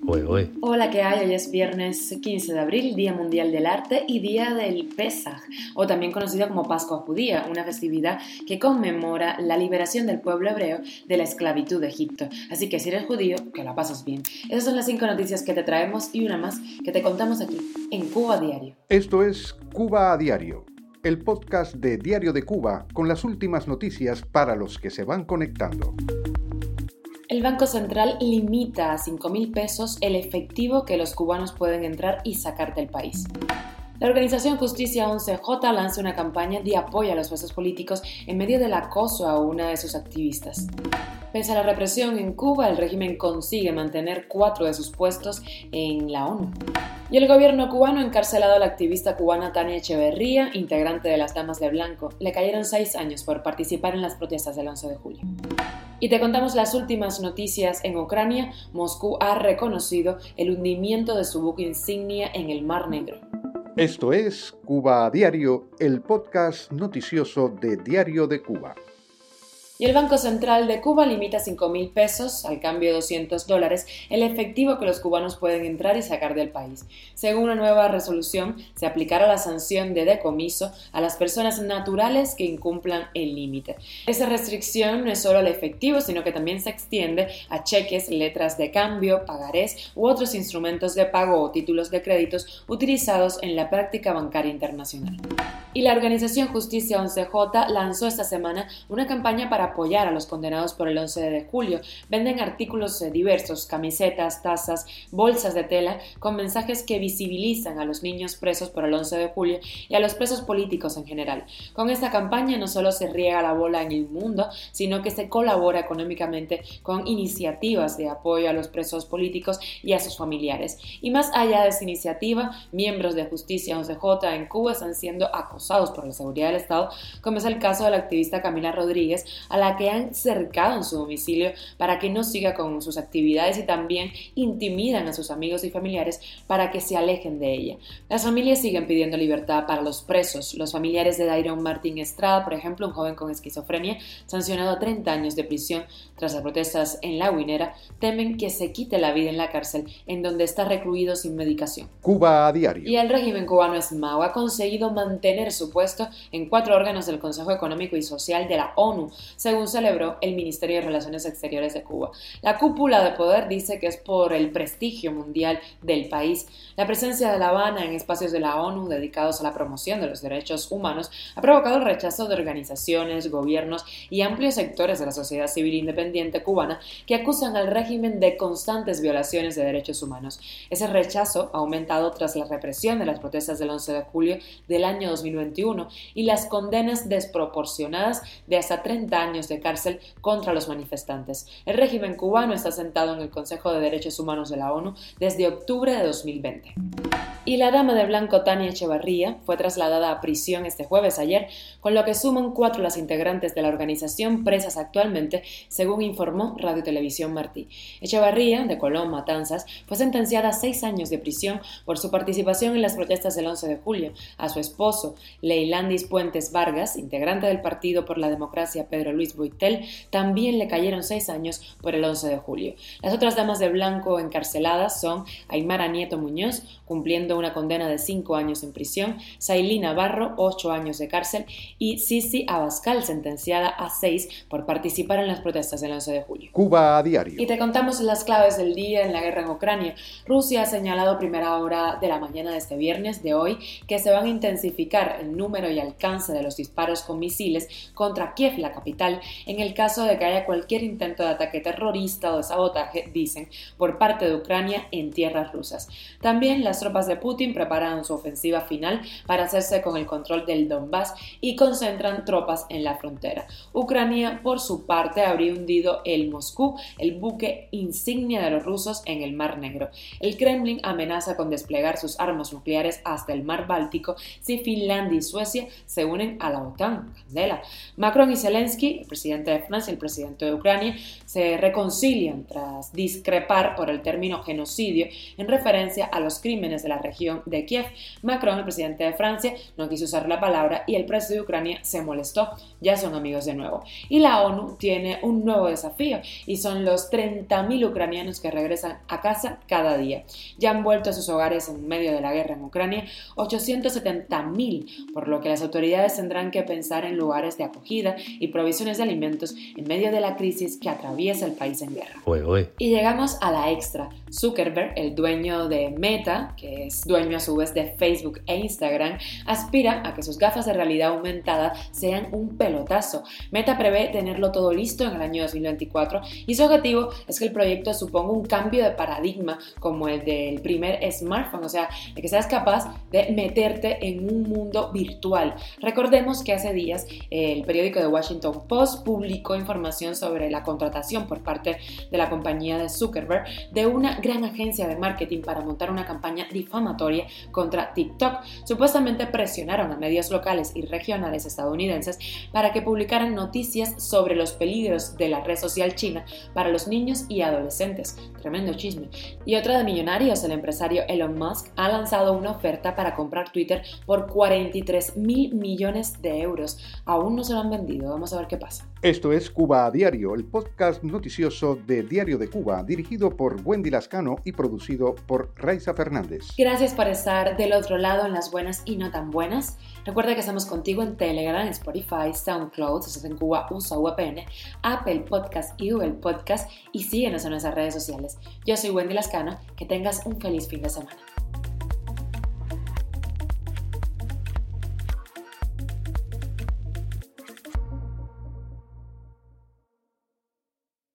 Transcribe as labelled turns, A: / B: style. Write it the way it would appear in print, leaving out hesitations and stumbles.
A: Oe, oe.
B: Hola, ¿qué hay? Hoy es viernes 15 de abril, Día Mundial del Arte y Día del Pesaj, o también conocido como Pascua Judía, una festividad que conmemora la liberación del pueblo hebreo de la esclavitud de Egipto. Así que si eres judío, que la pases bien. Esas son las 5 noticias que te traemos y una más que te contamos aquí, en Cuba a Diario.
C: Esto es Cuba a Diario, el podcast de Diario de Cuba con las últimas noticias para los que se van conectando.
B: El Banco Central limita a 5.000 pesos el efectivo que los cubanos pueden entrar y sacar del país. La organización Justicia 11J lanza una campaña de apoyo a los presos políticos en medio del acoso a una de sus activistas. Pese a la represión en Cuba, el régimen consigue mantener 4 de sus puestos en la ONU. Y el gobierno cubano ha encarcelado a la activista cubana Tania Echeverría, integrante de las Damas de Blanco. Le cayeron 6 años por participar en las protestas del 11 de julio. Y te contamos las últimas noticias en Ucrania. Moscú ha reconocido el hundimiento de su buque insignia en el Mar Negro.
C: Esto es Cuba a Diario, el podcast noticioso de Diario de Cuba.
B: Y el Banco Central de Cuba limita a 5.000 pesos, al cambio de $200, el efectivo que los cubanos pueden entrar y sacar del país. Según una nueva resolución, se aplicará la sanción de decomiso a las personas naturales que incumplan el límite. Esa restricción no es solo al efectivo, sino que también se extiende a cheques, letras de cambio, pagarés u otros instrumentos de pago o títulos de créditos utilizados en la práctica bancaria internacional. Y la organización Justicia 11J lanzó esta semana una campaña para apoyar a los condenados por el 11 de julio. Venden artículos diversos, camisetas, tazas, bolsas de tela, con mensajes que visibilizan a los niños presos por el 11 de julio y a los presos políticos en general. Con esta campaña no solo se riega la bola en el mundo, sino que se colabora económicamente con iniciativas de apoyo a los presos políticos y a sus familiares. Y más allá de esa iniciativa, miembros de Justicia 11J en Cuba están siendo acosados por la seguridad del Estado, como es el caso de la activista Camila Rodríguez, a la que han cercado en su domicilio para que no siga con sus actividades y también intimidan a sus amigos y familiares para que se alejen de ella. Las familias siguen pidiendo libertad para los presos. Los familiares de Dairon Martín Estrada, por ejemplo, un joven con esquizofrenia, sancionado a 30 años de prisión tras las protestas en La Guinera, temen que se quite la vida en la cárcel, en donde está recluido sin medicación.
C: Cuba a Diario.
B: Y el régimen cubano ESMAO ha conseguido mantener su puesto en 4 órganos del Consejo Económico y Social de la ONU, según celebró el Ministerio de Relaciones Exteriores de Cuba. La cúpula de poder dice que es por el prestigio mundial del país. La presencia de La Habana en espacios de la ONU dedicados a la promoción de los derechos humanos ha provocado el rechazo de organizaciones, gobiernos y amplios sectores de la sociedad civil independiente cubana que acusan al régimen de constantes violaciones de derechos humanos. Ese rechazo ha aumentado tras la represión de las protestas del 11 de julio del año 2021 y las condenas desproporcionadas de hasta 30 años de cárcel contra los manifestantes. El régimen cubano está sentado en el Consejo de Derechos Humanos de la ONU desde octubre de 2020. Y la dama de blanco Tania Echeverría fue trasladada a prisión este jueves ayer, con lo que suman 4 las integrantes de la organización presas actualmente, según informó Radio Televisión Martí. Echeverría, de Colón, Matanzas, fue sentenciada a 6 años de prisión por su participación en las protestas del 11 de julio. A su esposo, Leilandis Puentes Vargas, integrante del Partido por la Democracia Pedro Luis Boitel, también le cayeron 6 años por el 11 de julio. Las otras damas de blanco encarceladas son Aymara Nieto Muñoz, cumpliendo una condena de 5 años en prisión, Sailí Navarro, 8 años de cárcel, y Sisi Abascal, sentenciada a 6 por participar en las protestas del 11 de julio.
C: Cuba a Diario.
B: Y te contamos las claves del día en la guerra en Ucrania. Rusia ha señalado a primera hora de la mañana de este viernes de hoy que se van a intensificar el número y alcance de los disparos con misiles contra Kiev, la capital, en el caso de que haya cualquier intento de ataque terrorista o de sabotaje, dicen, por parte de Ucrania en tierras rusas. También las tropas de Putin preparan su ofensiva final para hacerse con el control del Donbass y concentran tropas en la frontera. Ucrania, por su parte, habría hundido el Moscú, el buque insignia de los rusos en el Mar Negro. El Kremlin amenaza con desplegar sus armas nucleares hasta el Mar Báltico si Finlandia y Suecia se unen a la OTAN. Candela. Macron y Zelensky el presidente de Francia y el presidente de Ucrania se reconcilian tras discrepar por el término genocidio en referencia a los crímenes de la región de Kiev. Macron, el presidente de Francia, no quiso usar la palabra y el presidente de Ucrania se molestó. Ya son amigos de nuevo. Y la ONU tiene un nuevo desafío y son los 30.000 ucranianos que regresan a casa cada día. Ya han vuelto a sus hogares en medio de la guerra en Ucrania 870.000, por lo que las autoridades tendrán que pensar en lugares de acogida y provisiones de alimentos en medio de la crisis que atraviesa el país en guerra. Y llegamos a la extra. Zuckerberg, el dueño de Meta, que es dueño a su vez de Facebook e Instagram, aspira a que sus gafas de realidad aumentada sean un pelotazo. Meta prevé tenerlo todo listo en el año 2024 y su objetivo es que el proyecto suponga un cambio de paradigma como el del primer smartphone, o sea, de que seas capaz de meterte en un mundo virtual. Recordemos que hace días el periódico The Washington Post publicó información sobre la contratación por parte de la compañía de Zuckerberg de una gran agencia de marketing para montar una campaña difamatoria contra TikTok. Supuestamente presionaron a medios locales y regionales estadounidenses para que publicaran noticias sobre los peligros de la red social china para los niños y adolescentes. Tremendo chisme. Y otra de millonarios, el empresario Elon Musk ha lanzado una oferta para comprar Twitter por 43.000 millones de euros. Aún no se lo han vendido. Vamos a ver qué pasa.
C: Esto es Cuba a Diario, el podcast noticioso de Diario de Cuba, dirigido por Wendy Lascano y producido por Raiza Fernández.
B: Gracias por estar del otro lado en las buenas y no tan buenas. Recuerda que estamos contigo en Telegram, Spotify, SoundCloud, si estás en Cuba, usa VPN, Apple Podcast y Google Podcast y síguenos en nuestras redes sociales. Yo soy Wendy Lascano, que tengas un feliz fin de semana.